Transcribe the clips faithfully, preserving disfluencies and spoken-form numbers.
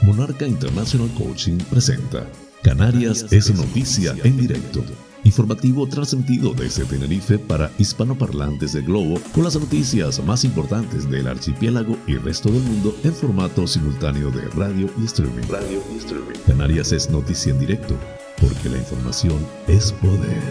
Monarca International Coaching presenta Canarias es noticia en directo. Informativo transmitido desde Tenerife para hispanoparlantes del globo con las noticias más importantes del archipiélago y resto del mundo en formato simultáneo de radio y streaming. Radio y streaming. Canarias es noticia en directo porque la información es poder.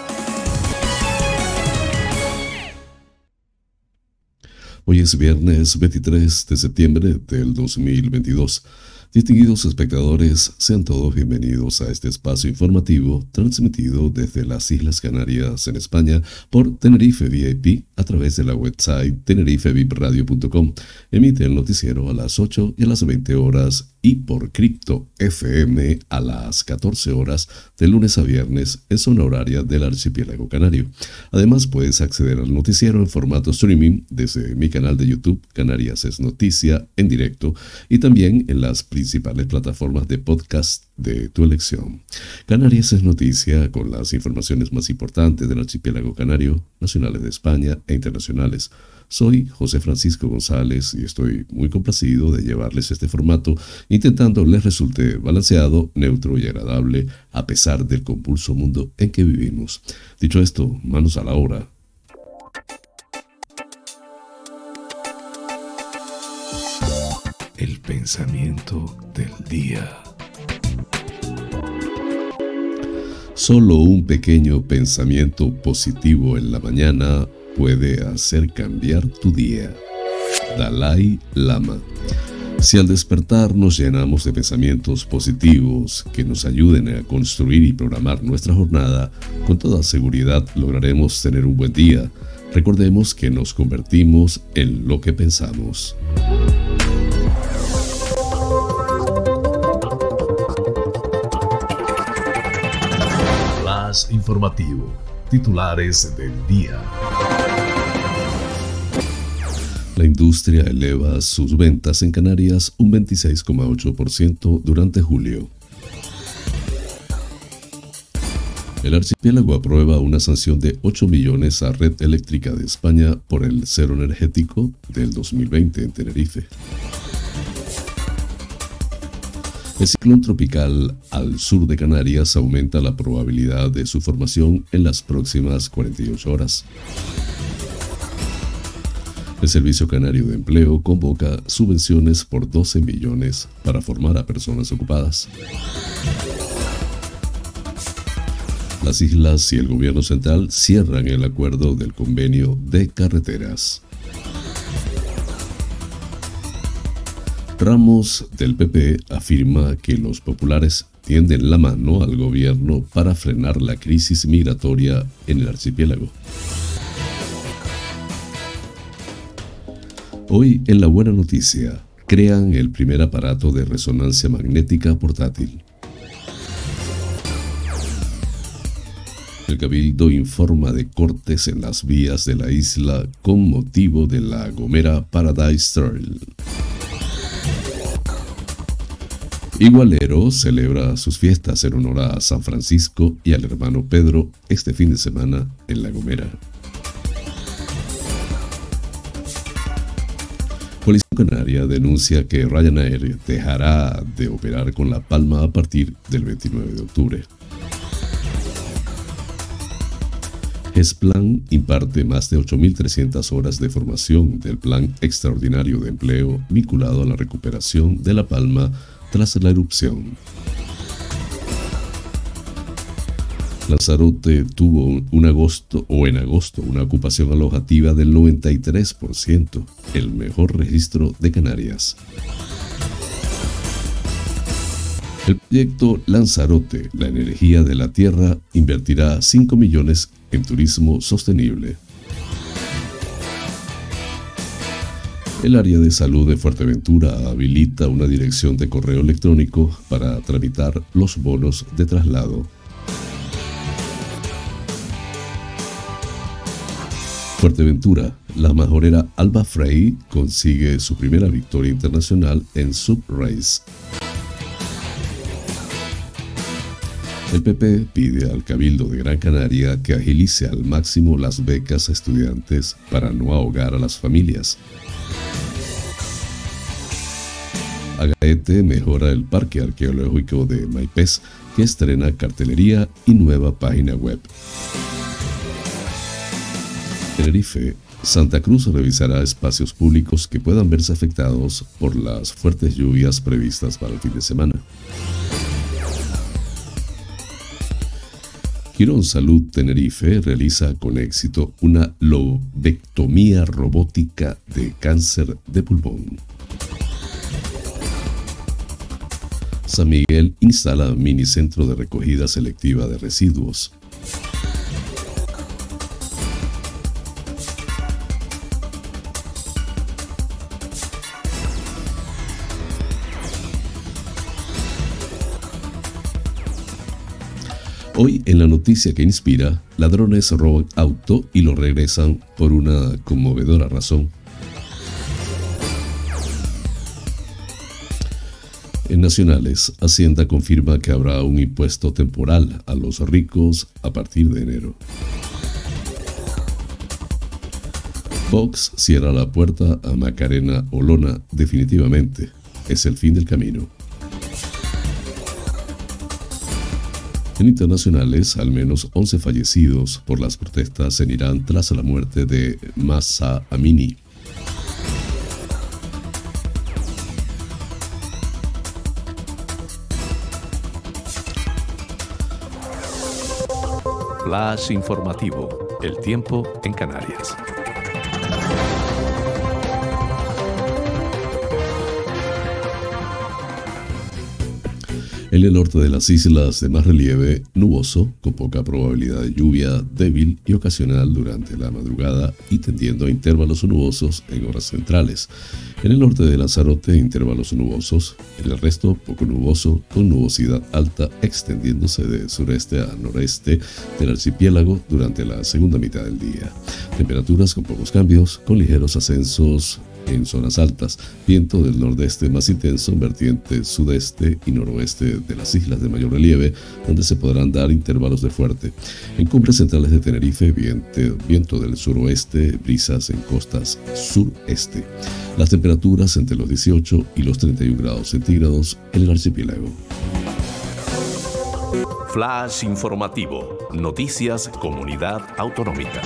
Hoy es viernes veintitrés de septiembre del dos mil veintidós. Distinguidos espectadores, sean todos bienvenidos a este espacio informativo transmitido desde las Islas Canarias en España por Tenerife V I P a través de la website tenerife v i p radio punto com. Emite el noticiero a las ocho y a las veinte horas y por Cripto F M a las catorce horas de lunes a viernes en zona horaria del archipiélago canario. Además, puedes acceder al noticiero en formato streaming desde mi canal de YouTube, Canarias es Noticia en directo, y también en las principales plataformas de podcast de tu elección. Canarias es Noticia con las informaciones más importantes del archipiélago canario, nacionales de España e internacionales. Soy José Francisco González y estoy muy complacido de llevarles este formato, intentando les resulte balanceado, neutro y agradable a pesar del convulso mundo en que vivimos. Dicho esto, manos a la obra. El pensamiento del día. Solo un pequeño pensamiento positivo en la mañana puede hacer cambiar tu día. Dalai Lama. Si al despertar nos llenamos de pensamientos positivos que nos ayuden a construir y programar nuestra jornada, con toda seguridad lograremos tener un buen día. Recordemos que nos convertimos en lo que pensamos. Flash informativo. Titulares del día. La industria eleva sus ventas en Canarias un veintiséis coma ocho por ciento durante julio. El archipiélago aprueba una sanción de ocho millones a Red Eléctrica de España por el cero energético del dos mil veinte en Tenerife. El ciclón tropical al sur de Canarias aumenta la probabilidad de su formación en las próximas cuarenta y ocho horas. El Servicio Canario de Empleo convoca subvenciones por doce millones para formar a personas ocupadas. Las islas y el gobierno central cierran el acuerdo del convenio de carreteras. Ramos del P P afirma que los populares tienden la mano al gobierno para frenar la crisis migratoria en el archipiélago. Hoy en La Buena Noticia, crean el primer aparato de resonancia magnética portátil. El Cabildo informa de cortes en las vías de la isla con motivo de la Gomera Paradise Trail. Igualero celebra sus fiestas en honor a San Francisco y al hermano Pedro este fin de semana en La Gomera. Policía Canaria denuncia que Ryanair dejará de operar con La Palma a partir del veintinueve de octubre. GESPLAN imparte más de ocho mil trescientas horas de formación del Plan Extraordinario de Empleo vinculado a la recuperación de La Palma tras la erupción. Lanzarote tuvo un agosto o en agosto una ocupación alojativa del noventa y tres por ciento, el mejor registro de Canarias. El proyecto Lanzarote, la energía de la tierra, invertirá cinco millones en turismo sostenible. El área de salud de Fuerteventura habilita una dirección de correo electrónico para tramitar los bonos de traslado. Fuerteventura, la majorera Alba Frey consigue su primera victoria internacional en Sub Race. El P P pide al Cabildo de Gran Canaria que agilice al máximo las becas a estudiantes para no ahogar a las familias. Agaete mejora el Parque Arqueológico de Maipés, que estrena cartelería y nueva página web. Tenerife. Santa Cruz revisará espacios públicos que puedan verse afectados por las fuertes lluvias previstas para el fin de semana. Quirón Salud Tenerife realiza con éxito una lobectomía robótica de cáncer de pulmón. San Miguel instala minicentro de recogida selectiva de residuos. Hoy en la noticia que inspira, ladrones roban auto y lo regresan por una conmovedora razón. En nacionales, Hacienda confirma que habrá un impuesto temporal a los ricos a partir de enero. Vox cierra la puerta a Macarena Olona definitivamente. Es el fin del camino. En internacionales, al menos once fallecidos por las protestas en Irán tras la muerte de Mahsa Amini. Flash informativo. El tiempo en Canarias. En el norte de las islas de más relieve, nuboso, con poca probabilidad de lluvia, débil y ocasional durante la madrugada y tendiendo a intervalos nubosos en horas centrales. En el norte de Lanzarote, intervalos nubosos. En el resto, poco nuboso, con nubosidad alta extendiéndose de sureste a noreste del archipiélago durante la segunda mitad del día. Temperaturas con pocos cambios, con ligeros ascensos en zonas altas, viento del nordeste más intenso en vertiente sudeste y noroeste de las islas de mayor relieve, donde se podrán dar intervalos de fuerte. En cumbres centrales de Tenerife, viento, viento del suroeste, brisas en costas sureste. Las temperaturas entre los dieciocho y los treinta y un grados centígrados en el archipiélago. Flash informativo. Noticias Comunidad Autonómica.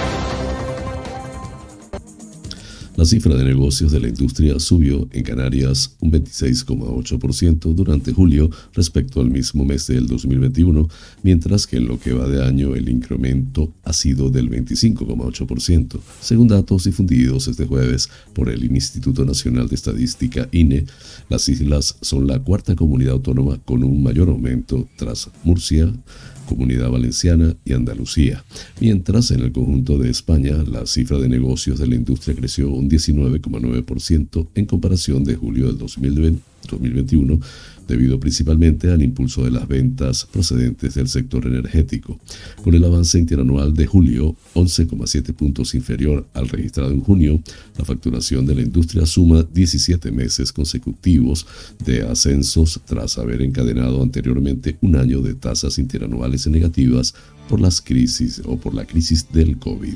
La cifra de negocios de la industria subió en Canarias un veintiséis coma ocho por ciento durante julio respecto al mismo mes del dos mil veintiuno, mientras que en lo que va de año el incremento ha sido del veinticinco coma ocho por ciento, según datos difundidos este jueves por el Instituto Nacional de Estadística I N E. Las islas son la cuarta comunidad autónoma con un mayor aumento tras Murcia, Comunidad Valenciana y Andalucía, mientras en el conjunto de España la cifra de negocios de la industria creció un diecinueve coma nueve por ciento en comparación de julio del dos mil veintiuno, debido principalmente al impulso de las ventas procedentes del sector energético, con el avance interanual de julio once coma siete puntos inferior al registrado en junio. La facturación de la industria suma diecisiete meses consecutivos de ascensos tras haber encadenado anteriormente un año de tasas interanuales negativas por las crisis o por la crisis del COVID.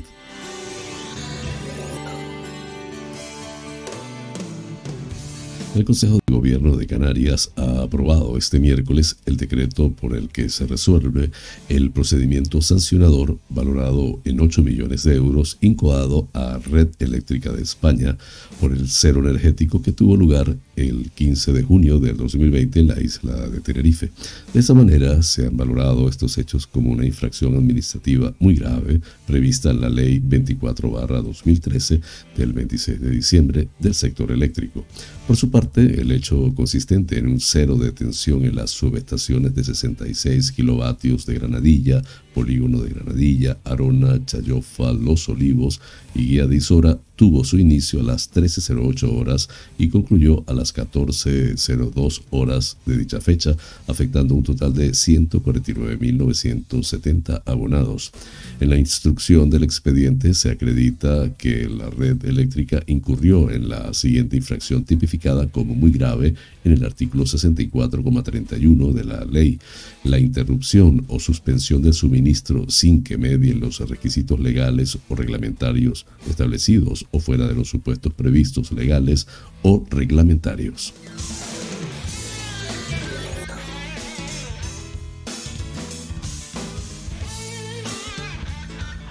El Consejo de Gobierno de Canarias ha aprobado este miércoles el decreto por el que se resuelve el procedimiento sancionador valorado en ocho millones de euros incoado a Red Eléctrica de España por el cero energético que tuvo lugar el quince de junio del dos mil veinte en la isla de Tenerife. De esta manera se han valorado estos hechos como una infracción administrativa muy grave prevista en la Ley veinticuatro barra dos mil trece del veintiséis de diciembre del sector eléctrico. Por su parte, el hecho consistente en un cero de tensión en las subestaciones de sesenta y seis kilovatios de Granadilla, Polígono de Granadilla, Arona, Chayofa, Los Olivos y Guía de Isora tuvo su inicio a las trece cero ocho horas y concluyó a las catorce cero dos horas de dicha fecha, afectando un total de ciento cuarenta y nueve mil novecientos setenta abonados. En la instrucción del expediente se acredita que la red eléctrica incurrió en la siguiente infracción tipificada como muy grave en el artículo sesenta y cuatro coma treinta y uno de la ley: la interrupción o suspensión del suministro sin que medien los requisitos legales o reglamentarios establecidos o fuera de los supuestos previstos legales o reglamentarios.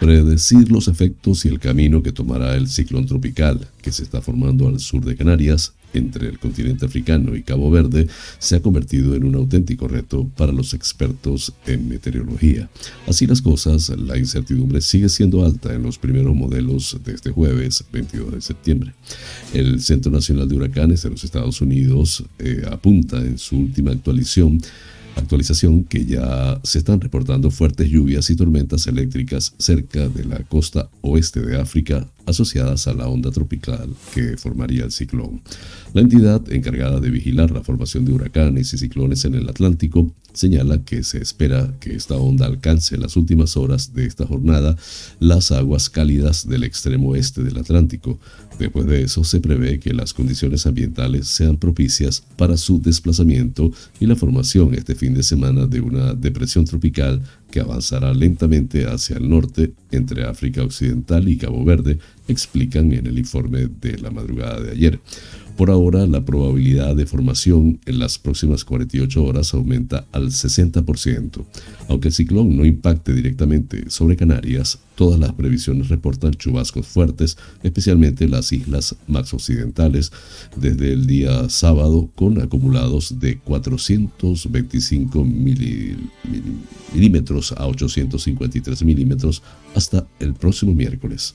Predecir los efectos y el camino que tomará el ciclón tropical que se está formando al sur de Canarias, entre el continente africano y Cabo Verde, se ha convertido en un auténtico reto para los expertos en meteorología. Así las cosas, la incertidumbre sigue siendo alta en los primeros modelos de este jueves veintidós de septiembre. El Centro Nacional de Huracanes de los Estados Unidos eh, apunta en su última actualización Actualización que ya se están reportando fuertes lluvias y tormentas eléctricas cerca de la costa oeste de África asociadas a la onda tropical que formaría el ciclón. La entidad encargada de vigilar la formación de huracanes y ciclones en el Atlántico señala que se espera que esta onda alcance en las últimas horas de esta jornada las aguas cálidas del extremo oeste del Atlántico. Después de eso se prevé que las condiciones ambientales sean propicias para su desplazamiento y la formación este fin de semana de una depresión tropical que avanzará lentamente hacia el norte entre África Occidental y Cabo Verde, explican en el informe de la madrugada de ayer. Por ahora, la probabilidad de formación en las próximas cuarenta y ocho horas aumenta al sesenta por ciento. Aunque el ciclón no impacte directamente sobre Canarias, todas las previsiones reportan chubascos fuertes, especialmente en las islas más occidentales, desde el día sábado con acumulados de cuatrocientos veinticinco milímetros a ochocientos cincuenta y tres milímetros hasta el próximo miércoles.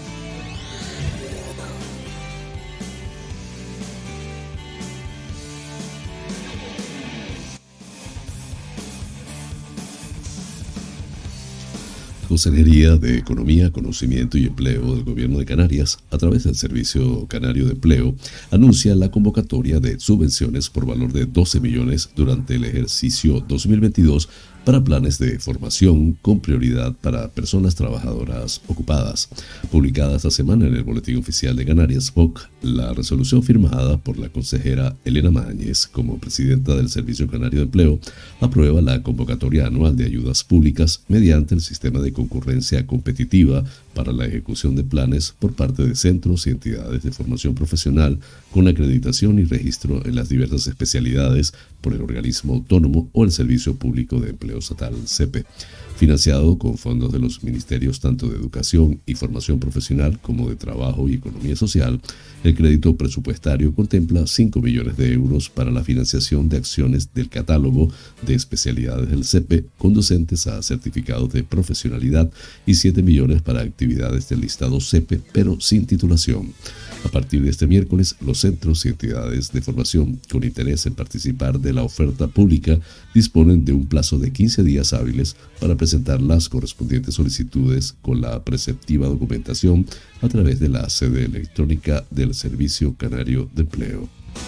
Consejería de Economía, Conocimiento y Empleo del Gobierno de Canarias, a través del Servicio Canario de Empleo, anuncia la convocatoria de subvenciones por valor de doce millones durante el ejercicio dos mil veintidós para planes de formación con prioridad para personas trabajadoras ocupadas. Publicada esta semana en el Boletín Oficial de Canarias, B O C, la resolución firmada por la consejera Elena Mañez como presidenta del Servicio Canario de Empleo aprueba la convocatoria anual de ayudas públicas mediante el sistema de concurrencia competitiva para la ejecución de planes por parte de centros y entidades de formación profesional con acreditación y registro en las diversas especialidades por el organismo autónomo o el Servicio Público de Empleo Estatal, S E P E, financiado con fondos de los ministerios tanto de Educación y Formación Profesional como de Trabajo y Economía Social. El crédito presupuestario contempla cinco millones de euros para la financiación de acciones del catálogo de especialidades del S E P E conducentes a certificados de profesionalidad y siete millones para actividades del listado S E P E, pero sin titulación. A partir de este miércoles, los centros y entidades de formación con interés en participar de la oferta pública disponen de un plazo de quince días hábiles para presentar las correspondientes solicitudes con la preceptiva documentación a través de la sede electrónica del Servicio Canario de Empleo.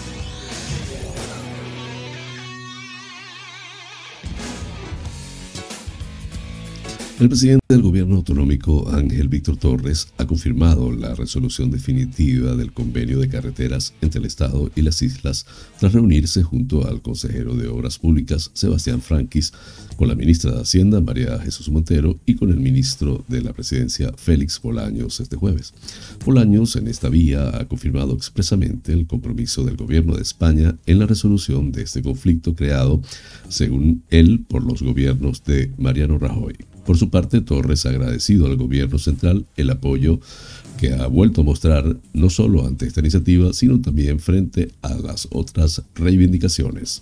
El presidente del Gobierno Autonómico, Ángel Víctor Torres, ha confirmado la resolución definitiva del convenio de carreteras entre el Estado y las islas tras reunirse junto al consejero de Obras Públicas, Sebastián Franquis, con la ministra de Hacienda, María Jesús Montero, y con el ministro de la Presidencia, Félix Bolaños, este jueves. Bolaños, en esta vía, ha confirmado expresamente el compromiso del Gobierno de España en la resolución de este conflicto creado, según él, por los gobiernos de Mariano Rajoy. Por su parte, Torres ha agradecido al gobierno central el apoyo que ha vuelto a mostrar no solo ante esta iniciativa, sino también frente a las otras reivindicaciones.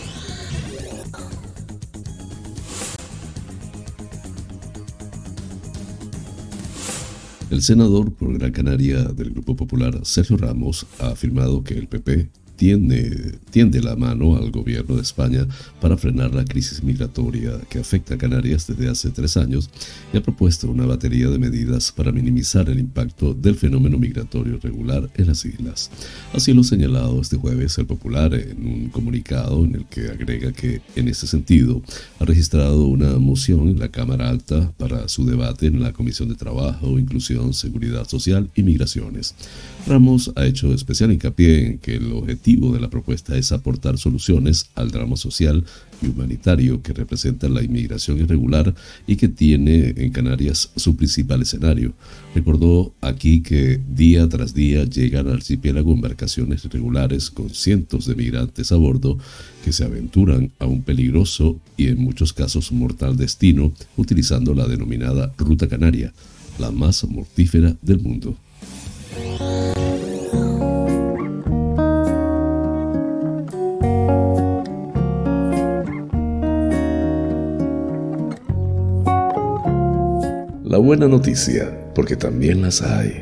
El senador por Gran Canaria del Grupo Popular, Sergio Ramos, ha afirmado que el P P Tiende, tiende la mano al gobierno de España para frenar la crisis migratoria que afecta a Canarias desde hace tres años y ha propuesto una batería de medidas para minimizar el impacto del fenómeno migratorio irregular en las islas. Así lo ha señalado este jueves el Popular en un comunicado en el que agrega que, en ese sentido, ha registrado una moción en la Cámara Alta para su debate en la Comisión de Trabajo, Inclusión, Seguridad Social y Migraciones. Ramos ha hecho especial hincapié en que el objetivo objetivo de la propuesta es aportar soluciones al drama social y humanitario que representa la inmigración irregular y que tiene en Canarias su principal escenario. Recordó aquí que día tras día llegan al archipiélago embarcaciones irregulares con cientos de migrantes a bordo que se aventuran a un peligroso y en muchos casos mortal destino utilizando la denominada Ruta Canaria, la más mortífera del mundo. La buena noticia, porque también las hay.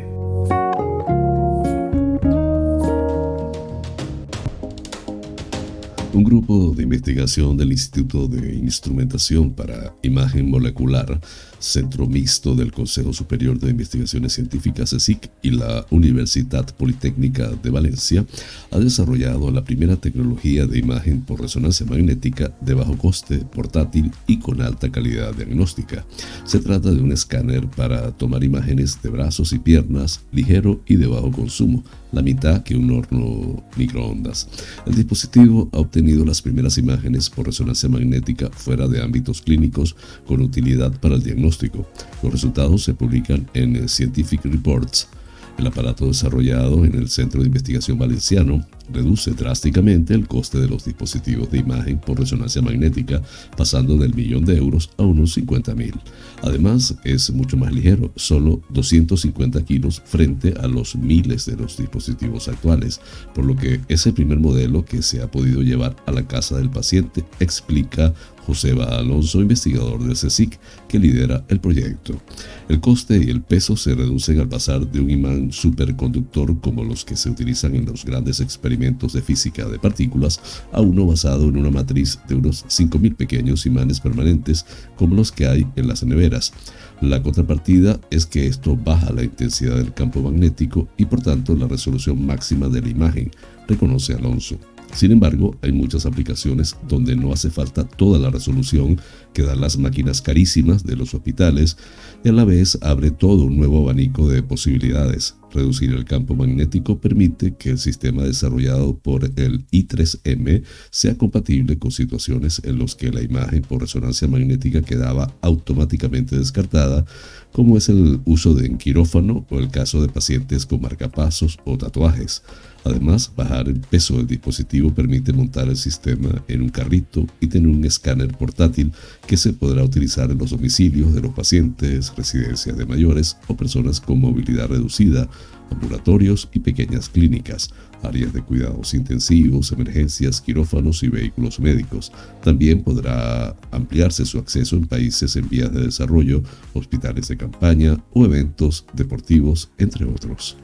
Un grupo de investigación del Instituto de Instrumentación para Imagen Molecular, Centro Mixto del Consejo Superior de Investigaciones Científicas C S I C y la Universitat Politécnica de Valencia ha desarrollado la primera tecnología de imagen por resonancia magnética de bajo coste, portátil y con alta calidad diagnóstica. Se trata de un escáner para tomar imágenes de brazos y piernas, ligero y de bajo consumo, la mitad que un horno microondas. El dispositivo ha obtenido las primeras imágenes por resonancia magnética fuera de ámbitos clínicos con utilidad para el diagnóstico. Los resultados se publican en Scientific Reports. El aparato desarrollado en el Centro de Investigación Valenciano reduce drásticamente el coste de los dispositivos de imagen por resonancia magnética, pasando del millón de euros a unos cincuenta mil. Además, es mucho más ligero, solo doscientos cincuenta kilos frente a los miles de los dispositivos actuales, por lo que es el primer modelo que se ha podido llevar a la casa del paciente, explica Joseba Alonso, investigador del C S I C, que lidera el proyecto. El coste y el peso se reducen al pasar de un imán superconductor como los que se utilizan en los grandes experimentos de física de partículas a uno basado en una matriz de unos cinco mil pequeños imanes permanentes como los que hay en las neveras. La contrapartida es que esto baja la intensidad del campo magnético y por tanto la resolución máxima de la imagen, reconoce Alonso. Sin embargo, hay muchas aplicaciones donde no hace falta toda la resolución que dan las máquinas carísimas de los hospitales y a la vez abre todo un nuevo abanico de posibilidades. Reducir el campo magnético permite que el sistema desarrollado por el I tres M sea compatible con situaciones en las que la imagen por resonancia magnética quedaba automáticamente descartada, como es el uso de en quirófano o el caso de pacientes con marcapasos o tatuajes. Además, bajar el peso del dispositivo permite montar el sistema en un carrito y tener un escáner portátil que se podrá utilizar en los domicilios de los pacientes, residencias de mayores o personas con movilidad reducida, ambulatorios y pequeñas clínicas, áreas de cuidados intensivos, emergencias, quirófanos y vehículos médicos. También podrá ampliarse su acceso en países en vías de desarrollo, hospitales de campaña o eventos deportivos, entre otros.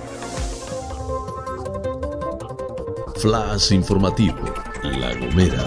Flash informativo, La Gomera.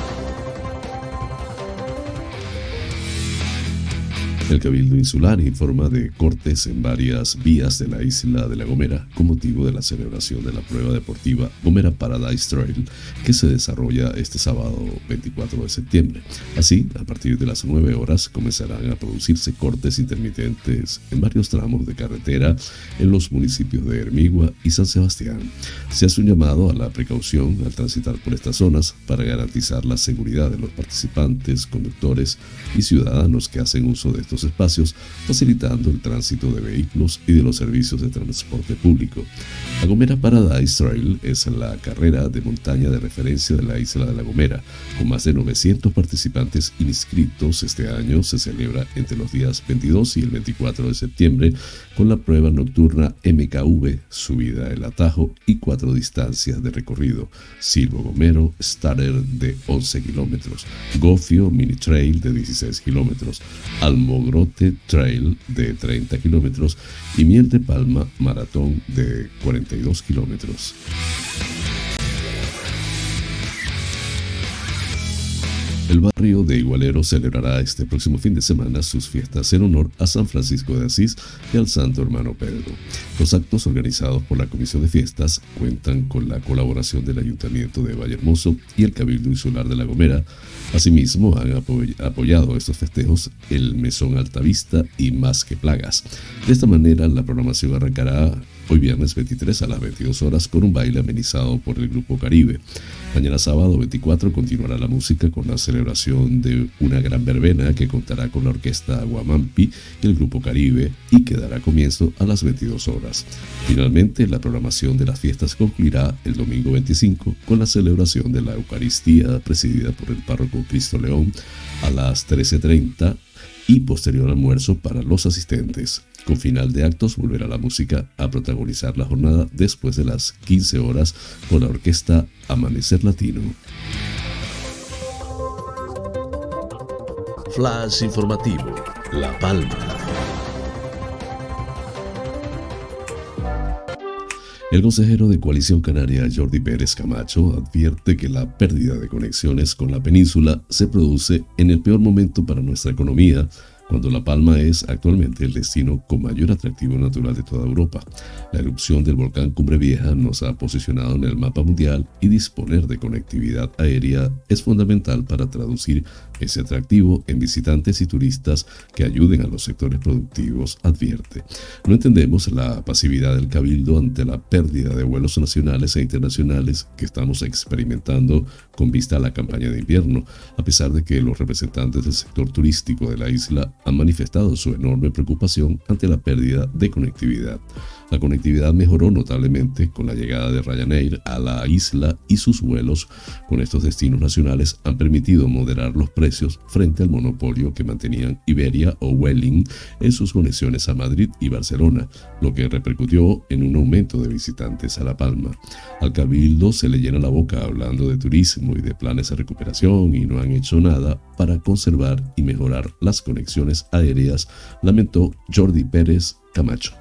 El Cabildo Insular informa de cortes en varias vías de la isla de La Gomera con motivo de la celebración de la prueba deportiva Gomera Paradise Trail que se desarrolla este sábado veinticuatro de septiembre. Así, a partir de las nueve horas comenzarán a producirse cortes intermitentes en varios tramos de carretera en los municipios de Hermigua y San Sebastián. Se hace un llamado a la precaución al transitar por estas zonas para garantizar la seguridad de los participantes, conductores y ciudadanos que hacen uso de estos espacios, facilitando el tránsito de vehículos y de los servicios de transporte público. La Gomera Paradise Trail es la carrera de montaña de referencia de la isla de La Gomera. Con más de novecientos participantes inscritos, este año se celebra entre los días veintidós y el veinticuatro de septiembre con la prueba nocturna M K V, subida El Atajo y cuatro distancias de recorrido: Silvo Gomero, Starter de once kilómetros, Gofio Mini Trail de dieciséis kilómetros, Almogrote Trail de treinta kilómetros y Miel de Palma Maratón de cuarenta y dos kilómetros. El barrio de Igualero celebrará este próximo fin de semana sus fiestas en honor a San Francisco de Asís y al Santo Hermano Pedro. Los actos organizados por la Comisión de Fiestas cuentan con la colaboración del Ayuntamiento de Vallehermoso y el Cabildo Insular de La Gomera. Asimismo, han apoy- apoyado estos festejos el Mesón Altavista y Más que Plagas. De esta manera, la programación arrancará hoy viernes veintitrés a las veintidós horas con un baile amenizado por el Grupo Caribe. Mañana sábado veinticuatro continuará la música con la celebración de una gran verbena que contará con la orquesta Aguamampi y el Grupo Caribe y que dará comienzo a las veintidós horas. Finalmente, la programación de las fiestas concluirá el domingo veinticinco con la celebración de la Eucaristía presidida por el párroco Cristo León a las trece treinta y posterior almuerzo para los asistentes. Con final de actos volverá la música a protagonizar la jornada después de las quince horas con la orquesta Amanecer Latino. Flash informativo, La Palma. El consejero de Coalición Canaria, Jordi Pérez Camacho, advierte que la pérdida de conexiones con la península se produce en el peor momento para nuestra economía, cuando La Palma es actualmente el destino con mayor atractivo natural de toda Europa. La erupción del volcán Cumbre Vieja nos ha posicionado en el mapa mundial y disponer de conectividad aérea es fundamental para traducir ese atractivo en visitantes y turistas que ayuden a los sectores productivos, advierte. No entendemos la pasividad del Cabildo ante la pérdida de vuelos nacionales e internacionales que estamos experimentando con vista a la campaña de invierno, a pesar de que los representantes del sector turístico de la isla han manifestado su enorme preocupación ante la pérdida de conectividad. La conectividad mejoró notablemente con la llegada de Ryanair a la isla y sus vuelos con estos destinos nacionales han permitido moderar los precios frente al monopolio que mantenían Iberia o Vueling en sus conexiones a Madrid y Barcelona, lo que repercutió en un aumento de visitantes a La Palma. Al Cabildo se le llena la boca hablando de turismo y de planes de recuperación y no han hecho nada para conservar y mejorar las conexiones aéreas, lamentó Jordi Pérez Camacho.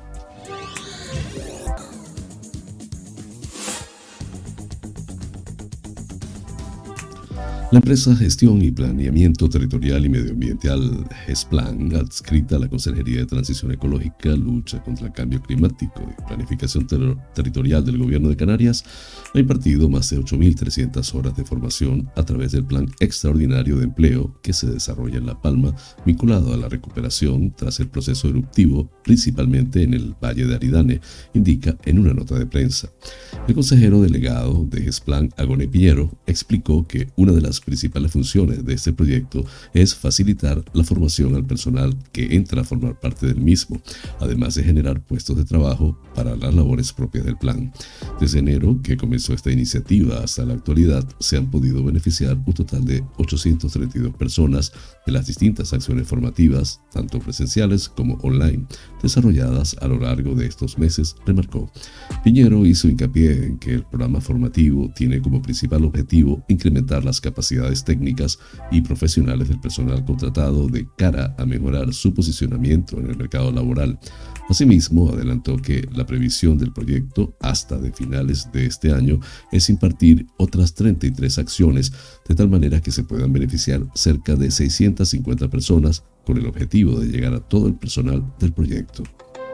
La empresa Gestión y Planeamiento Territorial y Medioambiental GESPLAN, adscrita a la Consejería de Transición Ecológica, Lucha contra el Cambio Climático y Planificación ter- Territorial del Gobierno de Canarias, ha impartido más de ocho mil trescientas horas de formación a través del Plan Extraordinario de Empleo que se desarrolla en La Palma, vinculado a la recuperación tras el proceso eruptivo, principalmente en el Valle de Aridane, indica en una nota de prensa. El consejero delegado de GESPLAN, Agoné Piñero, explicó que una de las principales funciones de este proyecto es facilitar la formación al personal que entra a formar parte del mismo, además de generar puestos de trabajo para las labores propias del plan. Desde enero, que comenzó esta iniciativa, hasta la actualidad, se han podido beneficiar un total de ochocientas treinta y dos personas de las distintas acciones formativas, tanto presenciales como online, desarrolladas a lo largo de estos meses, remarcó. Piñero hizo hincapié en que el programa formativo tiene como principal objetivo incrementar las capacidades técnicas y profesionales del personal contratado de cara a mejorar su posicionamiento en el mercado laboral. Asimismo, adelantó que la previsión del proyecto hasta de finales de este año es impartir otras treinta y tres acciones, de tal manera que se puedan beneficiar cerca de seiscientas cincuenta personas con el objetivo de llegar a todo el personal del proyecto.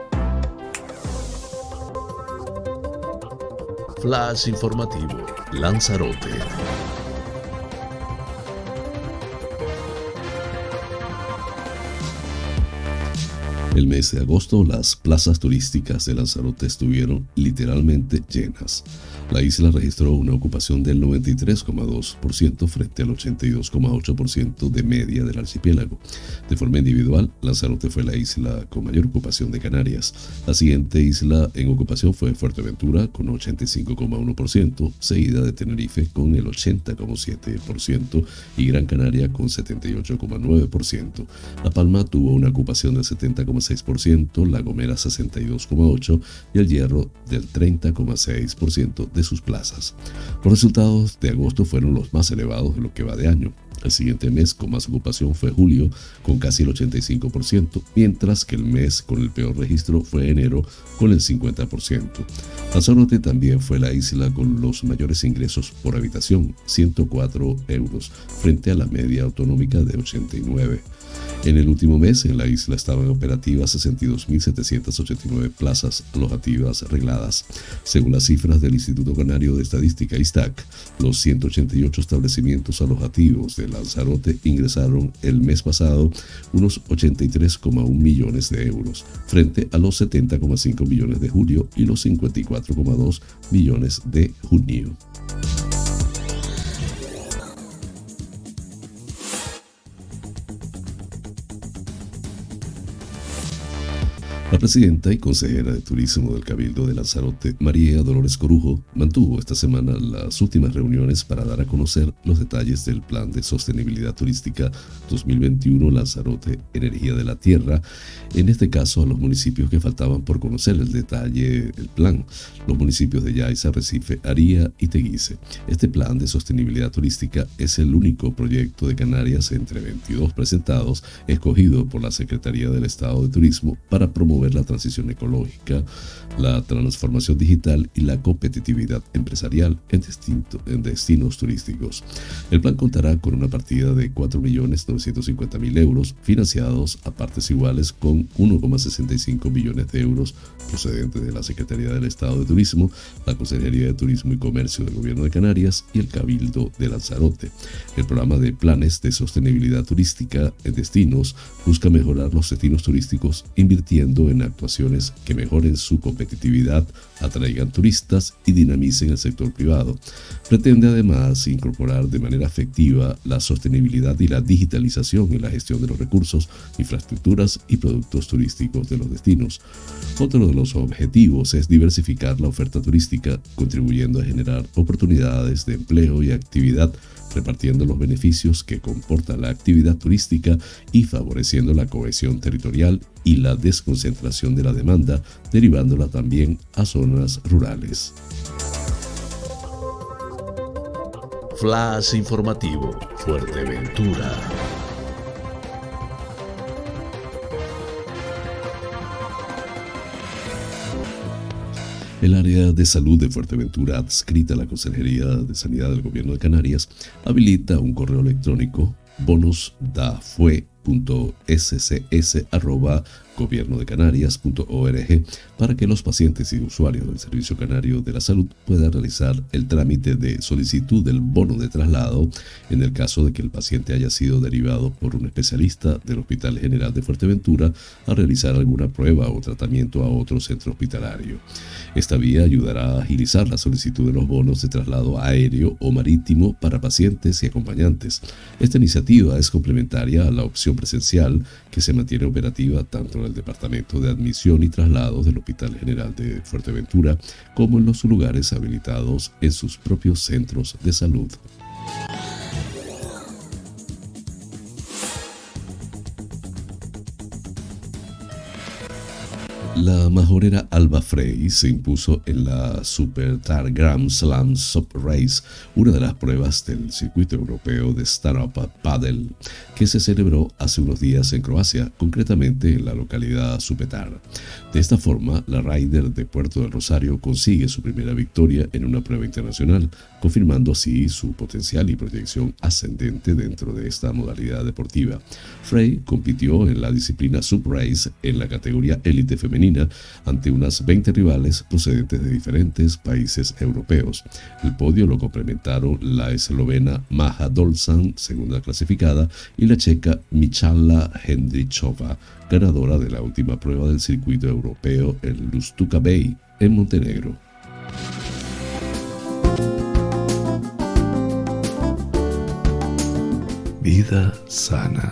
Flash informativo, Lanzarote. El mes de agosto, las plazas turísticas de Lanzarote estuvieron literalmente llenas. La isla registró una ocupación del noventa y tres coma dos por ciento frente al ochenta y dos coma ocho por ciento de media del archipiélago. De forma individual, Lanzarote fue la isla con mayor ocupación de Canarias. La siguiente isla en ocupación fue Fuerteventura con ochenta y cinco coma uno por ciento, seguida de Tenerife con el ochenta coma siete por ciento y Gran Canaria con setenta y ocho coma nueve por ciento. La Palma tuvo una ocupación del setenta coma seis por ciento, La Gomera sesenta y dos coma ocho por ciento y El Hierro del treinta coma seis por ciento de sus plazas. Los resultados de agosto fueron los más elevados de lo que va de año. El siguiente mes con más ocupación fue julio, con casi el ochenta y cinco por ciento, mientras que el mes con el peor registro fue enero, con el cincuenta por ciento. Lanzarote también fue la isla con los mayores ingresos por habitación, ciento cuatro euros, frente a la media autonómica de ochenta y nueve. En el último mes, en la isla estaban operativas sesenta y dos mil setecientas ochenta y nueve plazas alojativas regladas. Según las cifras del Instituto Canario de Estadística, ISTAC, los ciento ochenta y ocho establecimientos alojativos de Lanzarote ingresaron el mes pasado unos ochenta y tres coma uno millones de euros, frente a los setenta coma cinco millones de julio y los cincuenta y cuatro coma dos millones de junio. La presidenta y consejera de Turismo del Cabildo de Lanzarote, María Dolores Corujo, mantuvo esta semana las últimas reuniones para dar a conocer los detalles del Plan de Sostenibilidad Turística dos mil veintiuno Lanzarote Energía de la Tierra, en este caso a los municipios que faltaban por conocer el detalle del plan, los municipios de Yaiza, Recife, Aría y Teguise. Este Plan de Sostenibilidad Turística es el único proyecto de Canarias entre veintidós presentados, escogido por la Secretaría del Estado de Turismo para promover la transición ecológica, la transformación digital y la competitividad empresarial en, distinto, en destinos turísticos. El plan contará con una partida de cuatro millones novecientos cincuenta mil euros, financiados a partes iguales con uno coma sesenta y cinco millones de euros procedentes de la Secretaría del Estado de Turismo, la Consejería de Turismo y Comercio del Gobierno de Canarias y el Cabildo de Lanzarote. El programa de planes de sostenibilidad turística en destinos busca mejorar los destinos turísticos invirtiendo en actuaciones que mejoren su competitividad, atraigan turistas y dinamicen el sector privado. Pretende además incorporar de manera efectiva la sostenibilidad y la digitalización en la gestión de los recursos, infraestructuras y productos turísticos de los destinos. Otro de los objetivos es diversificar la oferta turística, contribuyendo a generar oportunidades de empleo y actividad, repartiendo los beneficios que comporta la actividad turística y favoreciendo la cohesión territorial y la desconcentración de la demanda, derivándola también a zonas rurales. Flash informativo, Fuerteventura. El área de salud de Fuerteventura, adscrita a la Consejería de Sanidad del Gobierno de Canarias, habilita un correo electrónico bonusdafue punto s c s arroba gobierno de canarias punto org para que los pacientes y usuarios del Servicio Canario de la Salud puedan realizar el trámite de solicitud del bono de traslado en el caso de que el paciente haya sido derivado por un especialista del Hospital General de Fuerteventura a realizar alguna prueba o tratamiento a otro centro hospitalario. Esta vía ayudará a agilizar la solicitud de los bonos de traslado aéreo o marítimo para pacientes y acompañantes. Esta iniciativa es complementaria a la opción presencial que se mantiene operativa tanto en el Departamento de Admisión y Traslados del Hospital General de Fuerteventura como en los lugares habilitados en sus propios centros de salud. La majorera Alba Frey se impuso en la Super Tar Grand Slam Sub Race, una de las pruebas del circuito europeo de Stand-Up Paddle, que se celebró hace unos días en Croacia, concretamente en la localidad Supetar. De esta forma, la rider de Puerto del Rosario consigue su primera victoria en una prueba internacional, confirmando así su potencial y proyección ascendente dentro de esta modalidad deportiva. Frey compitió en la disciplina Sub Race en la categoría élite femenina ante unas veinte rivales procedentes de diferentes países europeos. El podio lo complementaron la eslovena Maja Dolzan, segunda clasificada, y la checa Michala Hendrichova, ganadora de la última prueba del circuito europeo en Lustuka Bay, en Montenegro. Vida sana.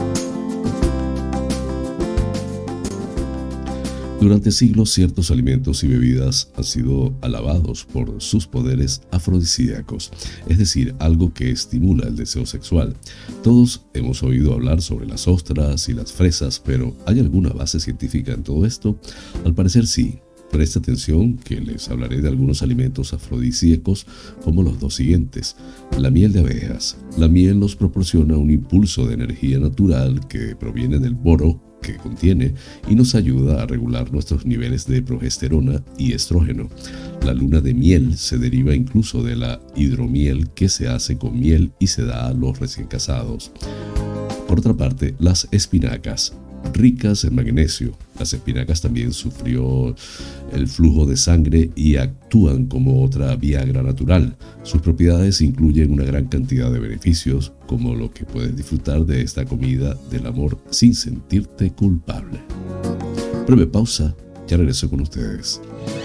Durante siglos, ciertos alimentos y bebidas han sido alabados por sus poderes afrodisíacos, es decir, algo que estimula el deseo sexual. Todos hemos oído hablar sobre las ostras y las fresas, pero ¿hay alguna base científica en todo esto? Al parecer sí. Presta atención que les hablaré de algunos alimentos afrodisíacos como los dos siguientes. La miel de abejas. La miel nos proporciona un impulso de energía natural que proviene del boro que contiene y nos ayuda a regular nuestros niveles de progesterona y estrógeno. La luna de miel se deriva incluso de la hidromiel que se hace con miel y se da a los recién casados. Por otra parte, las espinacas, ricas en magnesio. Las espinacas también sufrió el flujo de sangre y actúan como otra Viagra natural. Sus propiedades incluyen una gran cantidad de beneficios, como lo que puedes disfrutar de esta comida del amor sin sentirte culpable. Breve pausa, ya regreso con ustedes.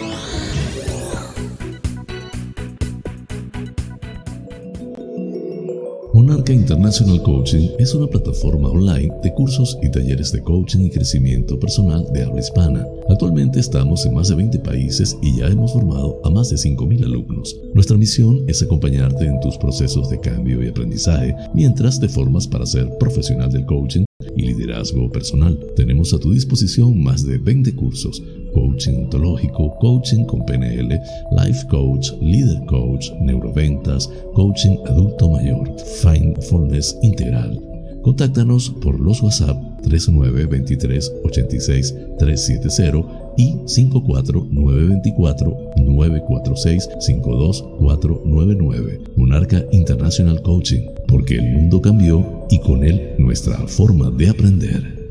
Monarca International Coaching es una plataforma online de cursos y talleres de coaching y crecimiento personal de habla hispana. Actualmente estamos en más de veinte países y ya hemos formado a más de cinco mil alumnos. Nuestra misión es acompañarte en tus procesos de cambio y aprendizaje mientras te formas para ser profesional del coaching y liderazgo personal. Tenemos a tu disposición más de veinte cursos: coaching ontológico, coaching con P N L, life coach, leader coach, neuroventas, coaching adulto mayor, mindfulness integral. Contáctanos por los WhatsApp tres nueve dos tres ocho seis tres siete cero y cinco cuatro nueve dos cuatro nueve cuatro seis cinco dos cuatro nueve nueve. Monarca International Coaching, porque el mundo cambió y con él nuestra forma de aprender.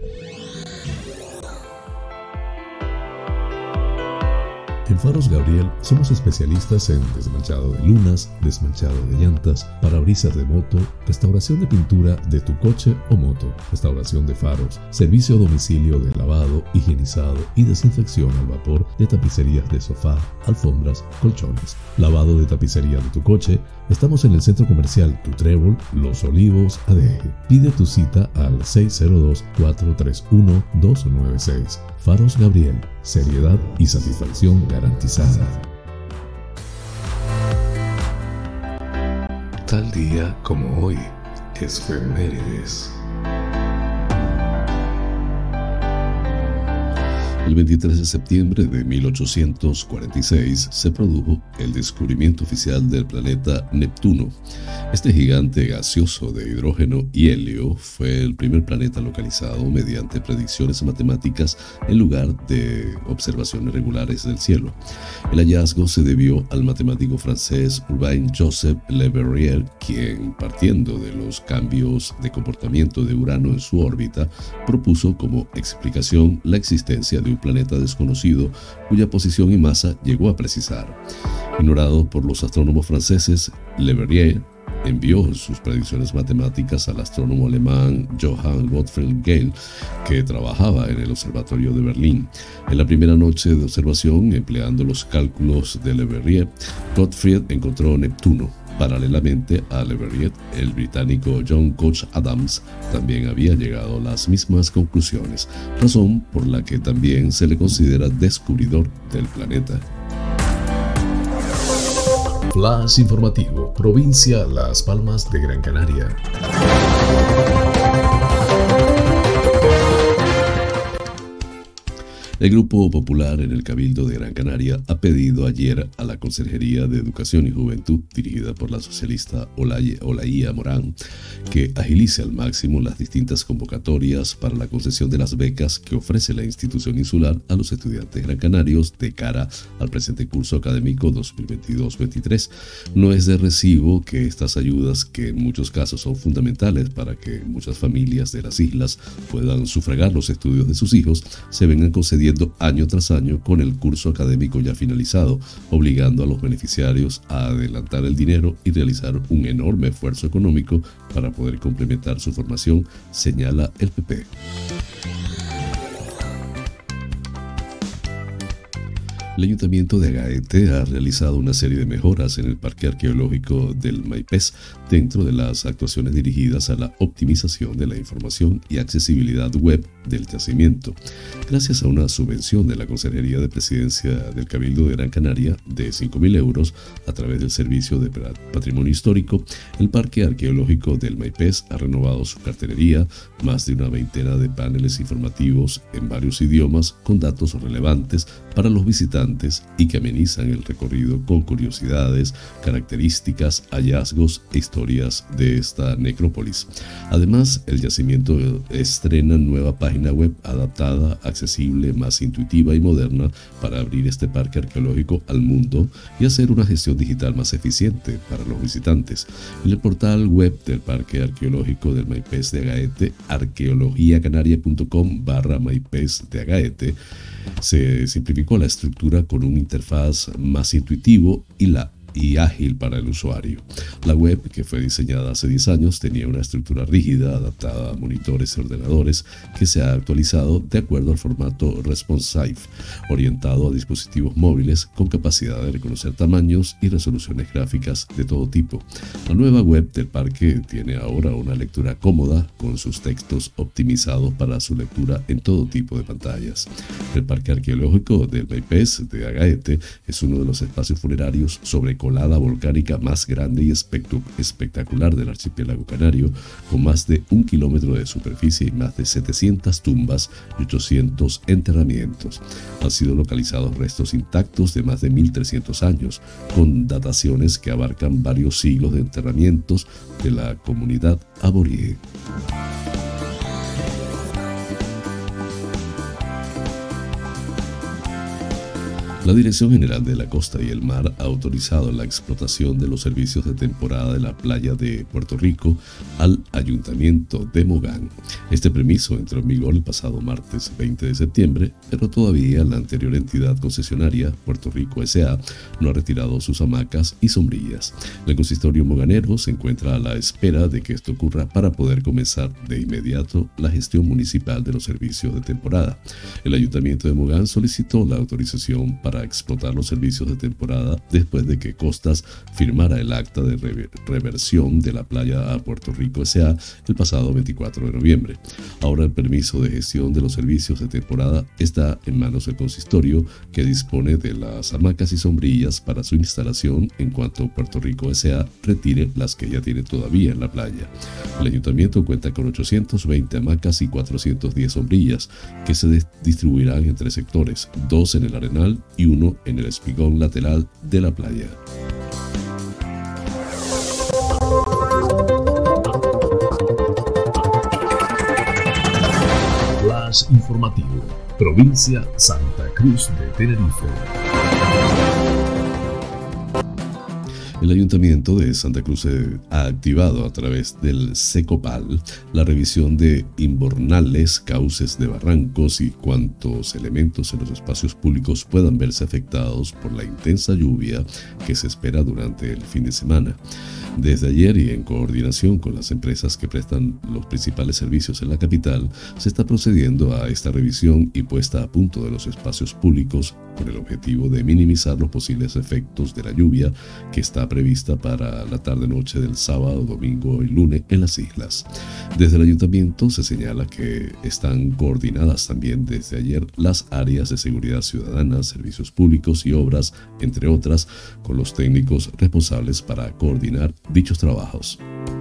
En Faros Gabriel somos especialistas en desmanchado de lunas, desmanchado de llantas, parabrisas de moto, restauración de pintura de tu coche o moto, restauración de faros, servicio a domicilio de lavado, higienizado y desinfección al vapor de tapicerías de sofá, alfombras, colchones, lavado de tapicería de tu coche. Estamos en el centro comercial Tu Trébol, Los Olivos, Adeje. Pide tu cita al seis cero dos cuatro tres uno dos nueve seis. Faros Gabriel, seriedad y satisfacción garantizada. Tal día como hoy, efemérides. El veintitrés de septiembre de mil ochocientos cuarenta y seis se produjo el descubrimiento oficial del planeta Neptuno. Este gigante gaseoso de hidrógeno y helio fue el primer planeta localizado mediante predicciones matemáticas en lugar de observaciones regulares del cielo. El hallazgo se debió al matemático francés Urbain-Joseph Le Verrier, quien, partiendo de los cambios de comportamiento de Urano en su órbita, propuso como explicación la existencia de un planeta desconocido cuya posición y masa llegó a precisar. Ignorado por los astrónomos franceses, Le Verrier envió sus predicciones matemáticas al astrónomo alemán Johann Gottfried Galle, que trabajaba en el Observatorio de Berlín. En la primera noche de observación, empleando los cálculos de Le Verrier, Gottfried encontró Neptuno. Paralelamente a Le Verrier, el británico John Couch Adams también había llegado a las mismas conclusiones, razón por la que también se le considera descubridor del planeta. Flash informativo, provincia Las Palmas de Gran Canaria. El Grupo Popular en el Cabildo de Gran Canaria ha pedido ayer a la Consejería de Educación y Juventud, dirigida por la socialista Olaía Morán, que agilice al máximo las distintas convocatorias para la concesión de las becas que ofrece la institución insular a los estudiantes gran canarios de cara al presente curso académico dos mil veintidós veintitrés. No es de recibo que estas ayudas, que en muchos casos son fundamentales para que muchas familias de las islas puedan sufragar los estudios de sus hijos, se vengan concediendo año tras año con el curso académico ya finalizado, obligando a los beneficiarios a adelantar el dinero y realizar un enorme esfuerzo económico para poder complementar su formación, señala el P P. El Ayuntamiento de Agaete ha realizado una serie de mejoras en el Parque Arqueológico del Maipés dentro de las actuaciones dirigidas a la optimización de la información y accesibilidad web del yacimiento. Gracias a una subvención de la Consejería de Presidencia del Cabildo de Gran Canaria de cinco mil euros a través del Servicio de Patrimonio Histórico, el Parque Arqueológico del Maipés ha renovado su cartelería, más de una veintena de paneles informativos en varios idiomas con datos relevantes para los visitantes fascinantes y que amenizan el recorrido con curiosidades, características, hallazgos e historias de esta necrópolis. Además, el yacimiento estrena nueva página web adaptada, accesible, más intuitiva y moderna para abrir este parque arqueológico al mundo y hacer una gestión digital más eficiente para los visitantes. En el portal web del Parque Arqueológico del Maipés de Agaete, arqueologiacanaria.com barra Maipés de Agaete, se simplificó la estructura con una interfaz más intuitivo y la y ágil para el usuario. La web, que fue diseñada hace diez años, tenía una estructura rígida adaptada a monitores y ordenadores que se ha actualizado de acuerdo al formato responsive, orientado a dispositivos móviles con capacidad de reconocer tamaños y resoluciones gráficas de todo tipo. La nueva web del parque tiene ahora una lectura cómoda con sus textos optimizados para su lectura en todo tipo de pantallas. El Parque Arqueológico del Maipés de Agaete es uno de los espacios funerarios sobre colada volcánica más grande y espectacular del archipiélago canario, con más de un kilómetro de superficie y más de setecientas tumbas y ochocientos enterramientos. Han sido localizados restos intactos de más de mil trescientos años, con dataciones que abarcan varios siglos de enterramientos de la comunidad aborigen. La Dirección General de la Costa y el Mar ha autorizado la explotación de los servicios de temporada de la playa de Puerto Rico al Ayuntamiento de Mogán. Este permiso entró en vigor el pasado martes veinte de septiembre, pero todavía la anterior entidad concesionaria, Puerto Rico S A, no ha retirado sus hamacas y sombrillas. El consistorio moganero se encuentra a la espera de que esto ocurra para poder comenzar de inmediato la gestión municipal de los servicios de temporada. El Ayuntamiento de Mogán solicitó la autorización para para explotar los servicios de temporada después de que Costas firmara el acta de rever- reversión de la playa a Puerto Rico S A el pasado veinticuatro de noviembre. Ahora el permiso de gestión de los servicios de temporada está en manos del consistorio, que dispone de las hamacas y sombrillas para su instalación en cuanto Puerto Rico S A retire las que ya tiene todavía en la playa. El ayuntamiento cuenta con ochocientas veinte hamacas y cuatrocientas diez sombrillas que se de- distribuirán en tres sectores, dos en el Arenal y uno en el espigón lateral de la playa. Flash informativo, provincia Santa Cruz de Tenerife. El Ayuntamiento de Santa Cruz ha activado a través del SECOPAL la revisión de invernales, cauces de barrancos y cuantos elementos en los espacios públicos puedan verse afectados por la intensa lluvia que se espera durante el fin de semana. Desde ayer y en coordinación con las empresas que prestan los principales servicios en la capital, se está procediendo a esta revisión y puesta a punto de los espacios públicos con el objetivo de minimizar los posibles efectos de la lluvia que está prevista para la tarde-noche del sábado, domingo y lunes en las islas. Desde el ayuntamiento se señala que están coordinadas también desde ayer las áreas de seguridad ciudadana, servicios públicos y obras, entre otras, con los técnicos responsables para coordinar dichos trabajos.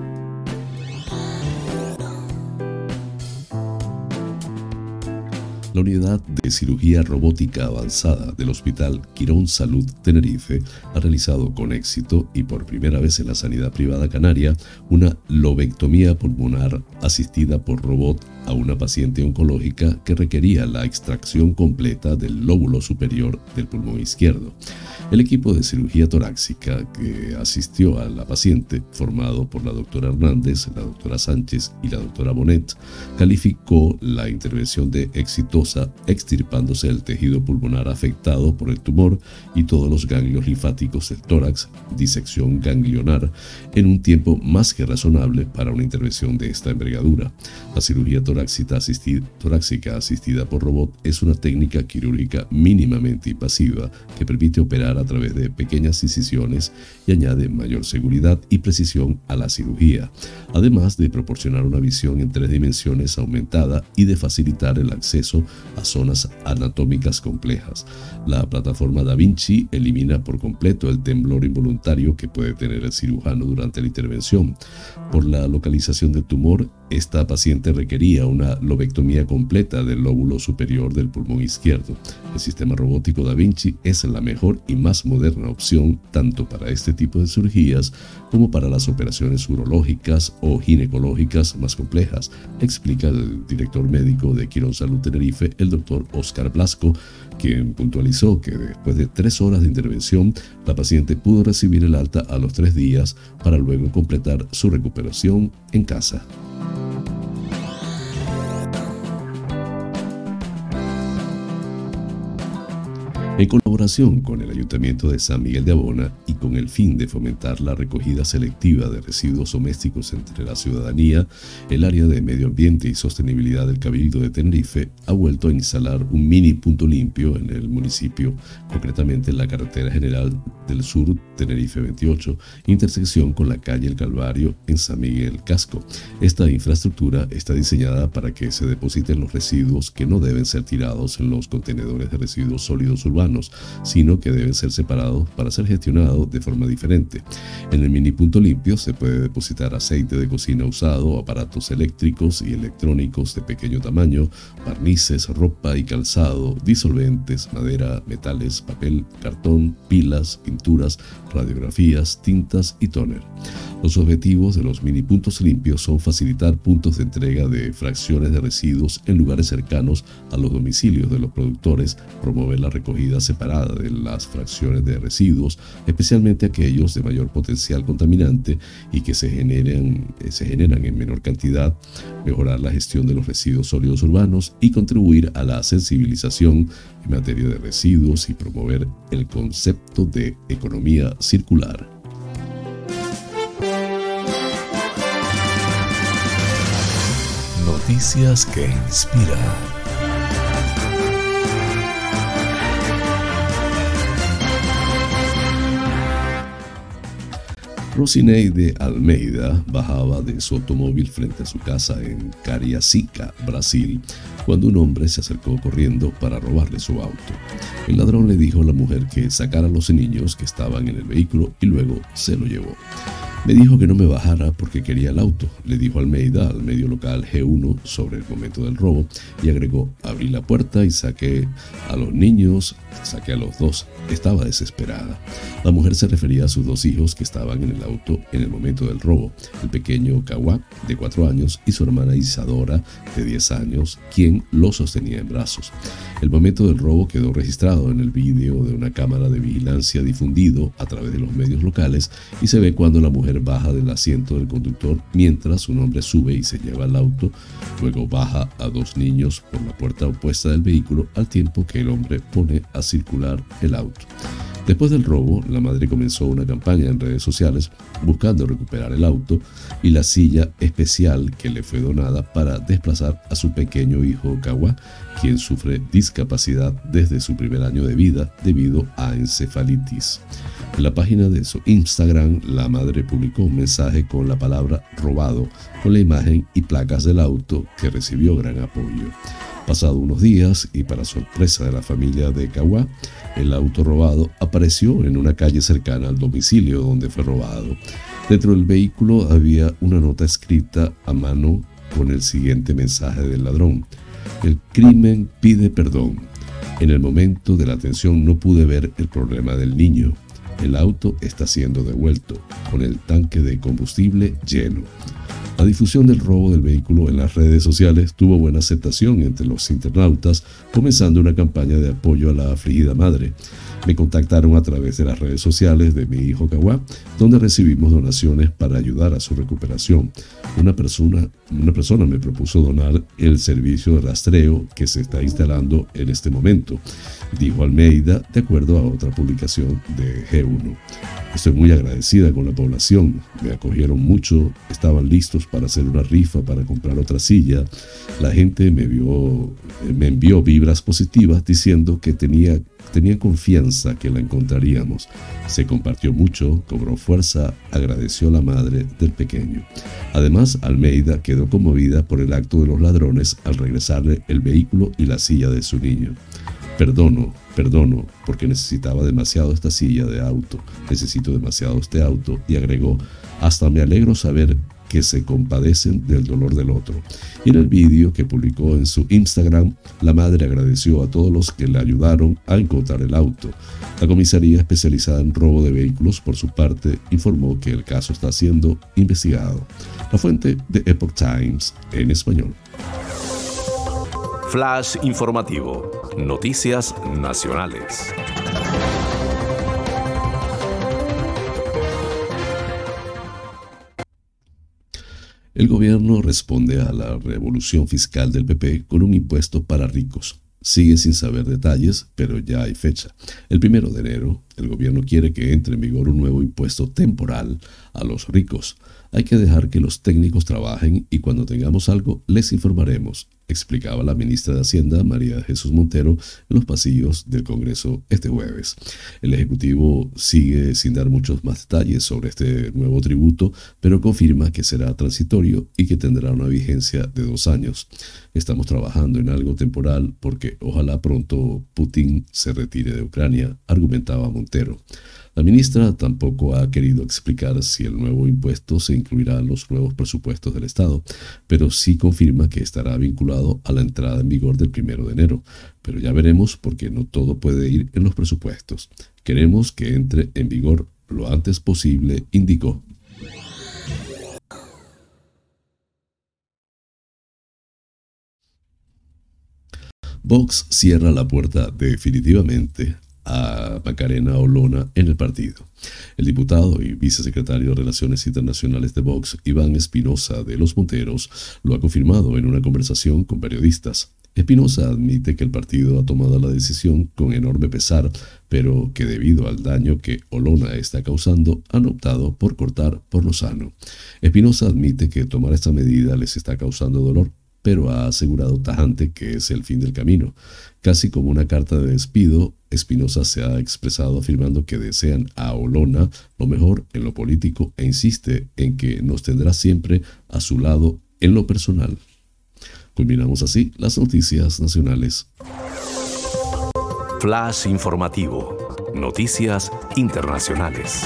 La unidad de cirugía robótica avanzada del Hospital Quirón Salud Tenerife ha realizado con éxito y por primera vez en la sanidad privada canaria una lobectomía pulmonar asistida por robot a una paciente oncológica que requería la extracción completa del lóbulo superior del pulmón izquierdo. El equipo de cirugía torácica que asistió a la paciente, formado por la doctora Hernández, la doctora Sánchez y la doctora Bonet, calificó la intervención de exitosa, extirpándose el tejido pulmonar afectado por el tumor y todos los ganglios linfáticos del tórax, disección ganglionar, en un tiempo más que razonable para una intervención de esta envergadura. La cirugía torácica asistida, torácica asistida por robot es una técnica quirúrgica mínimamente invasiva que permite operar a través de pequeñas incisiones y añade mayor seguridad y precisión a la cirugía, además de proporcionar una visión en tres dimensiones aumentada y de facilitar el acceso a zonas anatómicas complejas. La plataforma Da Vinci elimina por completo el temblor involuntario que puede tener el cirujano durante la intervención. Por la localización del tumor, Esta paciente requería una lobectomía completa del lóbulo superior del pulmón izquierdo. El sistema robótico Da Vinci es la mejor y más moderna opción tanto para este tipo de cirugías como para las operaciones urológicas o ginecológicas más complejas, explica el director médico de Quirón Salud Tenerife, el doctor Óscar Blasco, quien puntualizó que después de tres horas de intervención, la paciente pudo recibir el alta a los tres días para luego completar su recuperación en casa. En colaboración con el Ayuntamiento de San Miguel de Abona y con el fin de fomentar la recogida selectiva de residuos domésticos entre la ciudadanía, el área de Medio Ambiente y Sostenibilidad del Cabildo de Tenerife ha vuelto a instalar un mini punto limpio en el municipio, concretamente en la carretera general del sur Tenerife veintiocho, intersección con la calle El Calvario en San Miguel Casco. Esta infraestructura está diseñada para que se depositen los residuos que no deben ser tirados en los contenedores de residuos sólidos urbanos, sino que deben ser separados para ser gestionados de forma diferente. En el mini punto limpio se puede depositar aceite de cocina usado, aparatos eléctricos y electrónicos de pequeño tamaño, barnices, ropa y calzado, disolventes, madera, metales, papel, cartón, pilas, pinturas, radiografías, tintas y tóner. Los objetivos de los mini puntos limpios son facilitar puntos de entrega de fracciones de residuos en lugares cercanos a los domicilios de los productores, promover la recogida separada de las fracciones de residuos, especialmente aquellos de mayor potencial contaminante y que se generan, se generan en menor cantidad, mejorar la gestión de los residuos sólidos urbanos y contribuir a la sensibilización en materia de residuos y promover el concepto de economía circular. Noticias que inspiran. Rosineide Almeida bajaba de su automóvil frente a su casa en Cariacica, Brasil, cuando un hombre se acercó corriendo para robarle su auto. El ladrón le dijo a la mujer que sacara a los niños que estaban en el vehículo y luego se lo llevó. Me dijo que no me bajara porque quería el auto, le dijo Almeida al medio local G uno sobre el momento del robo y agregó: abrí la puerta y saqué a los niños, saqué a los dos. Estaba desesperada. La mujer se refería a sus dos hijos que estaban en el auto en el momento del robo, el pequeño Kawak de cuatro años y su hermana Isadora de diez años, quien lo sostenía en brazos. El momento del robo quedó registrado en el vídeo de una cámara de vigilancia difundido a través de los medios locales y se ve cuando la mujer baja del asiento del conductor mientras un hombre sube y se lleva el auto, luego baja a dos niños por la puerta opuesta del vehículo al tiempo que el hombre pone a circular el auto. Después del robo, la madre comenzó una campaña en redes sociales buscando recuperar el auto y la silla especial que le fue donada para desplazar a su pequeño hijo Kawa, quien sufre discapacidad desde su primer año de vida debido a encefalitis. En la página de su Instagram, la madre publicó un mensaje con la palabra robado, con la imagen y placas del auto que recibió gran apoyo. Pasado unos días, y para sorpresa de la familia de Kawa, el auto robado apareció en una calle cercana al domicilio donde fue robado. Dentro del vehículo había una nota escrita a mano con el siguiente mensaje del ladrón: el crimen pide perdón. En el momento de la atención no pude ver el problema del niño. El auto está siendo devuelto, con el tanque de combustible lleno. La difusión del robo del vehículo en las redes sociales tuvo buena aceptación entre los internautas, comenzando una campaña de apoyo a la afligida madre. Me contactaron a través de las redes sociales de mi hijo Kawa, donde recibimos donaciones para ayudar a su recuperación. Una persona, una persona me propuso donar el servicio de rastreo que se está instalando en este momento, dijo Almeida, de acuerdo a otra publicación de G uno. Estoy muy agradecida con la población, me acogieron mucho, estaban listos para hacer una rifa para comprar otra silla. La gente me, vio, me envió vibras positivas diciendo que tenía, tenía confianza que la encontraríamos. Se compartió mucho, cobró fuerza, agradeció la madre del pequeño. Además, Almeida quedó conmovida por el acto de los ladrones al regresarle el vehículo y la silla de su niño. Perdono, perdono, porque necesitaba demasiado esta silla de auto, necesito demasiado este auto, y agregó: hasta me alegro saber que se compadecen del dolor del otro. Y en el vídeo que publicó en su Instagram, la madre agradeció a todos los que le ayudaron a encontrar el auto. La comisaría especializada en robo de vehículos, por su parte, informó que el caso está siendo investigado. La fuente de Epoch Times en español. Flash informativo. Noticias nacionales. El gobierno responde a la revolución fiscal del P P con un impuesto para ricos. Sigue sin saber detalles, pero ya hay fecha. El primero de enero, el gobierno quiere que entre en vigor un nuevo impuesto temporal a los ricos. Hay que dejar que los técnicos trabajen y cuando tengamos algo les informaremos, explicaba la ministra de Hacienda, María Jesús Montero, en los pasillos del Congreso este jueves. El Ejecutivo sigue sin dar muchos más detalles sobre este nuevo tributo, pero confirma que será transitorio y que tendrá una vigencia de dos años. Estamos trabajando en algo temporal porque ojalá pronto Putin se retire de Ucrania, argumentaba Montero. La ministra tampoco ha querido explicar si el nuevo impuesto se incluirá en los nuevos presupuestos del Estado, pero sí confirma que estará vinculado a la entrada en vigor del primero de enero. Pero ya veremos porque no todo puede ir en los presupuestos. Queremos que entre en vigor lo antes posible, indicó. Vox cierra la puerta definitivamente a Macarena Olona en el partido. El diputado y vicesecretario de Relaciones Internacionales de Vox, Iván Espinosa de los Monteros, lo ha confirmado en una conversación con periodistas. Espinosa admite que el partido ha tomado la decisión con enorme pesar, pero que debido al daño que Olona está causando, han optado por cortar por lo sano. Espinosa admite que tomar esta medida les está causando dolor, pero ha asegurado tajante que es el fin del camino. Casi como una carta de despido, Espinosa se ha expresado afirmando que desean a Olona lo mejor en lo político e insiste en que nos tendrá siempre a su lado en lo personal. Culminamos así las noticias nacionales. Flash informativo. Noticias internacionales.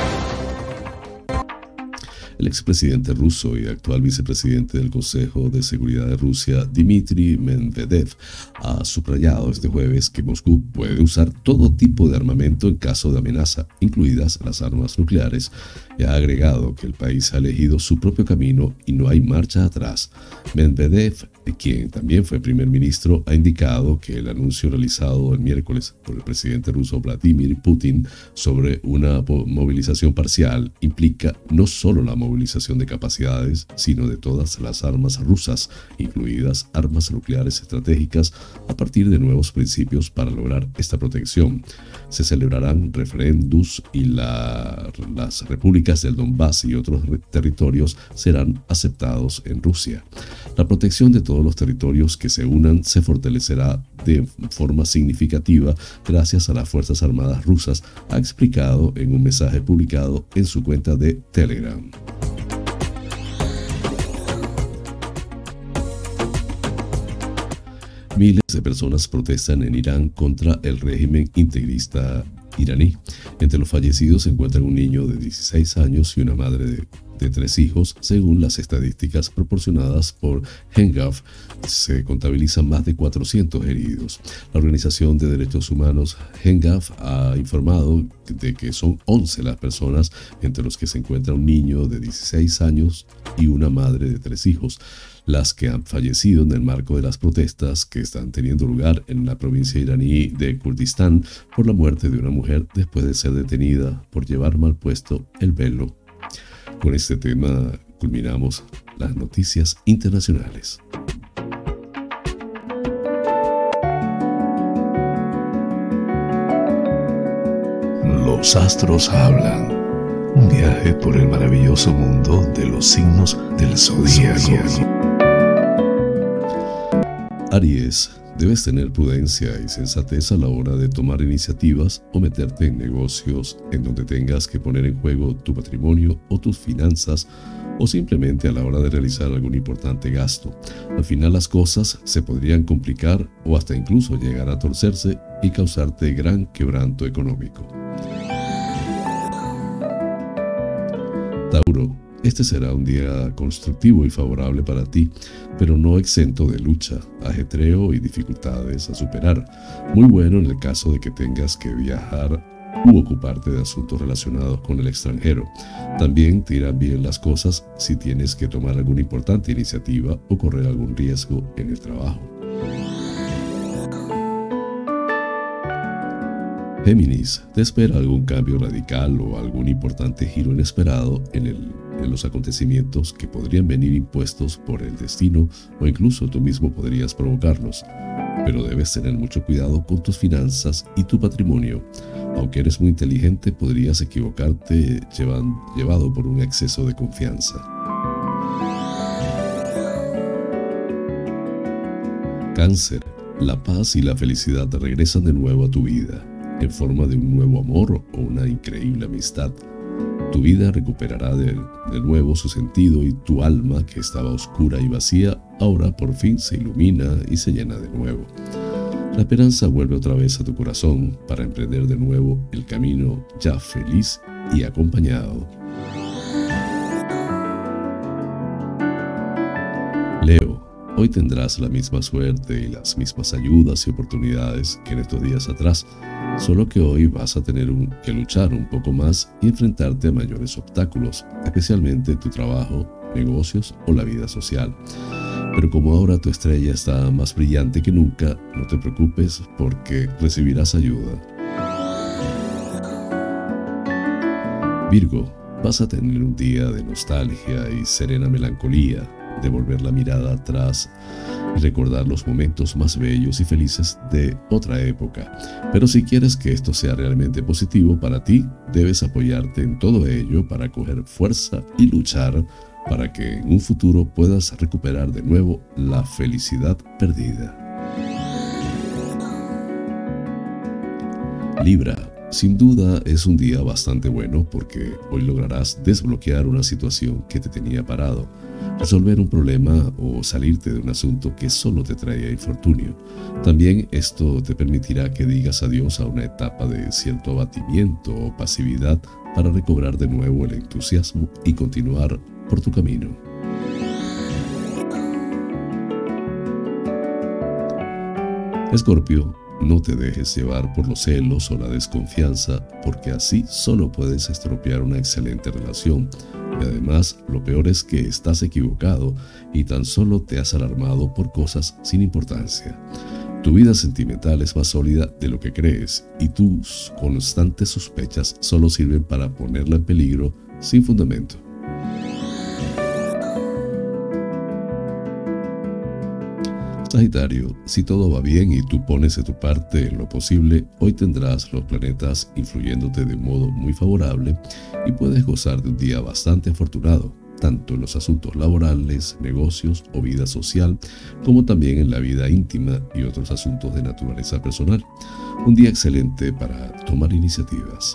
El expresidente ruso y actual vicepresidente del Consejo de Seguridad de Rusia, Dmitry Medvedev, ha subrayado este jueves que Moscú puede usar todo tipo de armamento en caso de amenaza, incluidas las armas nucleares, y ha agregado que el país ha elegido su propio camino y no hay marcha atrás. Medvedev, quien también fue primer ministro, ha indicado que el anuncio realizado el miércoles por el presidente ruso Vladimir Putin sobre una movilización parcial implica no solo la movilización de capacidades, sino de todas las armas rusas, incluidas armas nucleares estratégicas, a partir de nuevos principios para lograr esta protección. Se celebrarán referendos y la, las repúblicas del Donbass y otros territorios serán aceptados en Rusia. La protección de todos los territorios que se unan se fortalecerá de forma significativa gracias a las Fuerzas Armadas rusas, ha explicado en un mensaje publicado en su cuenta de Telegram. Miles de personas protestan en Irán contra el régimen integrista iraní. Entre los fallecidos se encuentran un niño de dieciséis años y una madre de, de tres hijos. Según las estadísticas proporcionadas por Hengaf, se contabilizan más de cuatrocientos heridos. La organización de derechos humanos Hengaf ha informado de que son once las personas, entre los que se encuentra un niño de dieciséis años y una madre de tres hijos, las que han fallecido en el marco de las protestas que están teniendo lugar en la provincia iraní de Kurdistán por la muerte de una mujer después de ser detenida por llevar mal puesto el velo. Con este tema culminamos las noticias internacionales. Los astros hablan. Un viaje por el maravilloso mundo de los signos del zodíaco. Aries, debes tener prudencia y sensatez a la hora de tomar iniciativas o meterte en negocios en donde tengas que poner en juego tu patrimonio o tus finanzas, o simplemente a la hora de realizar algún importante gasto. Al final las cosas se podrían complicar o hasta incluso llegar a torcerse y causarte gran quebranto económico. Tauro, Este será un día constructivo y favorable para ti, pero no exento de lucha, ajetreo y dificultades a superar. Muy bueno en el caso de que tengas que viajar u ocuparte de asuntos relacionados con el extranjero. También te irán bien las cosas si tienes que tomar alguna importante iniciativa o correr algún riesgo en el trabajo. Géminis, te espera algún cambio radical o algún importante giro inesperado en, el, en los acontecimientos que podrían venir impuestos por el destino o incluso tú mismo podrías provocarlos. Pero debes tener mucho cuidado con tus finanzas y tu patrimonio. Aunque eres muy inteligente, podrías equivocarte llevan, llevado por un exceso de confianza. Cáncer, la paz y la felicidad regresan de nuevo a tu vida, en forma de un nuevo amor o una increíble amistad. Tu vida recuperará de, de nuevo su sentido y tu alma, que estaba oscura y vacía, ahora por fin se ilumina y se llena de nuevo. La esperanza vuelve otra vez a tu corazón para emprender de nuevo el camino ya feliz y acompañado. Leo, hoy tendrás la misma suerte y las mismas ayudas y oportunidades que en estos días atrás, solo que hoy vas a tener un, que luchar un poco más y enfrentarte a mayores obstáculos, especialmente en tu trabajo, negocios o la vida social. Pero como ahora tu estrella está más brillante que nunca, no te preocupes porque recibirás ayuda. Virgo, vas a tener un día de nostalgia y serena melancolía, de volver la mirada atrás y recordar los momentos más bellos y felices de otra época. Pero si quieres que esto sea realmente positivo para ti, debes apoyarte en todo ello para coger fuerza y luchar para que en un futuro puedas recuperar de nuevo la felicidad perdida. Libra, sin duda es un día bastante bueno porque hoy lograrás desbloquear una situación que te tenía parado, resolver un problema o salirte de un asunto que solo te traía infortunio. También esto te permitirá que digas adiós a una etapa de cierto abatimiento o pasividad para recobrar de nuevo el entusiasmo y continuar por tu camino. Escorpio, no te dejes llevar por los celos o la desconfianza, porque así solo puedes estropear una excelente relación. Y además, lo peor es que estás equivocado y tan solo te has alarmado por cosas sin importancia. Tu vida sentimental es más sólida de lo que crees y tus constantes sospechas solo sirven para ponerla en peligro sin fundamento. Sagitario, si todo va bien y tú pones de tu parte en lo posible, hoy tendrás los planetas influyéndote de un modo muy favorable y puedes gozar de un día bastante afortunado, tanto en los asuntos laborales, negocios o vida social, como también en la vida íntima y otros asuntos de naturaleza personal. Un día excelente para tomar iniciativas.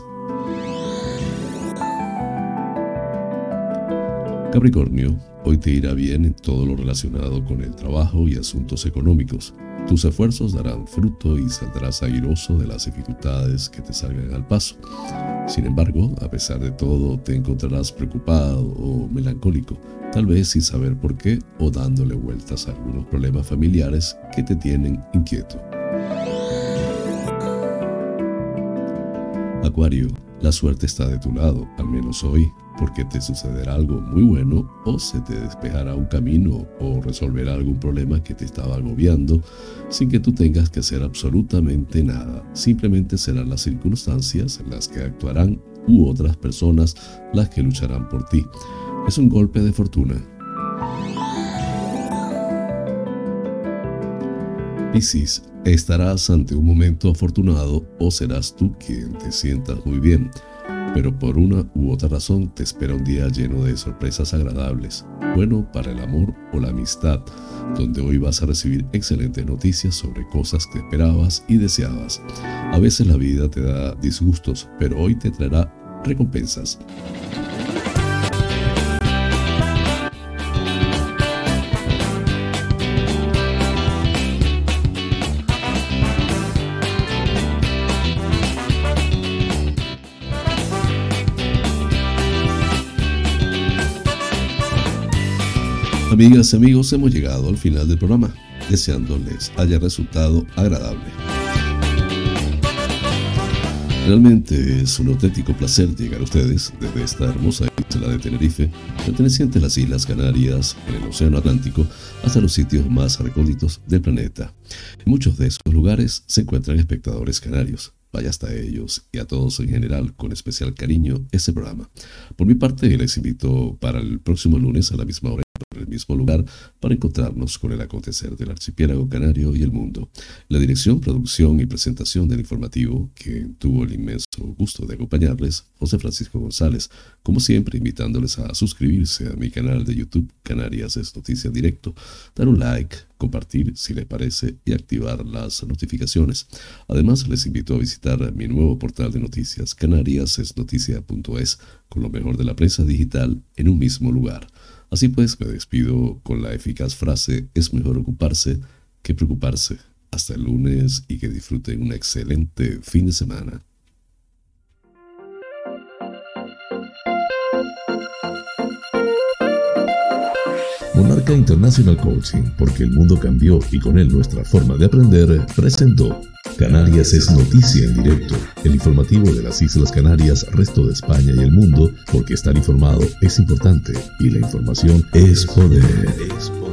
Capricornio, hoy te irá bien en todo lo relacionado con el trabajo y asuntos económicos. Tus esfuerzos darán fruto y saldrás airoso de las dificultades que te salgan al paso. Sin embargo, a pesar de todo, te encontrarás preocupado o melancólico, tal vez sin saber por qué o dándole vueltas a algunos problemas familiares que te tienen inquieto. Acuario, la suerte está de tu lado, al menos hoy, porque te sucederá algo muy bueno o se te despejará un camino o resolverá algún problema que te estaba agobiando sin que tú tengas que hacer absolutamente nada. Simplemente serán las circunstancias en las que actuarán u otras personas las que lucharán por ti. Es un golpe de fortuna. Piscis, estarás ante un momento afortunado o serás tú quien te sientas muy bien. Pero por una u otra razón te espera un día lleno de sorpresas agradables, bueno para el amor o la amistad, donde hoy vas a recibir excelentes noticias sobre cosas que esperabas y deseabas. A veces la vida te da disgustos, pero hoy te traerá recompensas. Amigas y amigos, hemos llegado al final del programa, deseándoles haya resultado agradable. Realmente es un auténtico placer llegar a ustedes desde esta hermosa isla de Tenerife, perteneciente a las Islas Canarias, en el Océano Atlántico, hasta los sitios más recónditos del planeta. En muchos de estos lugares se encuentran espectadores canarios. Vaya hasta ellos y a todos en general con especial cariño este programa. Por mi parte, les invito para el próximo lunes a la misma hora, en el mismo lugar, para encontrarnos con el acontecer del archipiélago canario y el mundo. La dirección, producción y presentación del informativo, que tuvo el inmenso gusto de acompañarles, José Francisco González, como siempre invitándoles a suscribirse a mi canal de YouTube Canarias es Noticia en Directo, dar un like, compartir si les parece y activar las notificaciones. Además, les invito a visitar mi nuevo portal de noticias canarias es noticia punto es, con lo mejor de la prensa digital en un mismo lugar. Así pues, me despido con la eficaz frase: es mejor ocuparse que preocuparse. Hasta el lunes y que disfruten un excelente fin de semana. Monarca International Coaching, porque el mundo cambió y con él nuestra forma de aprender, presentó Canarias es Noticia en Directo, el informativo de las Islas Canarias, resto de España y el mundo, porque estar informado es importante y la información es poder. Es poder.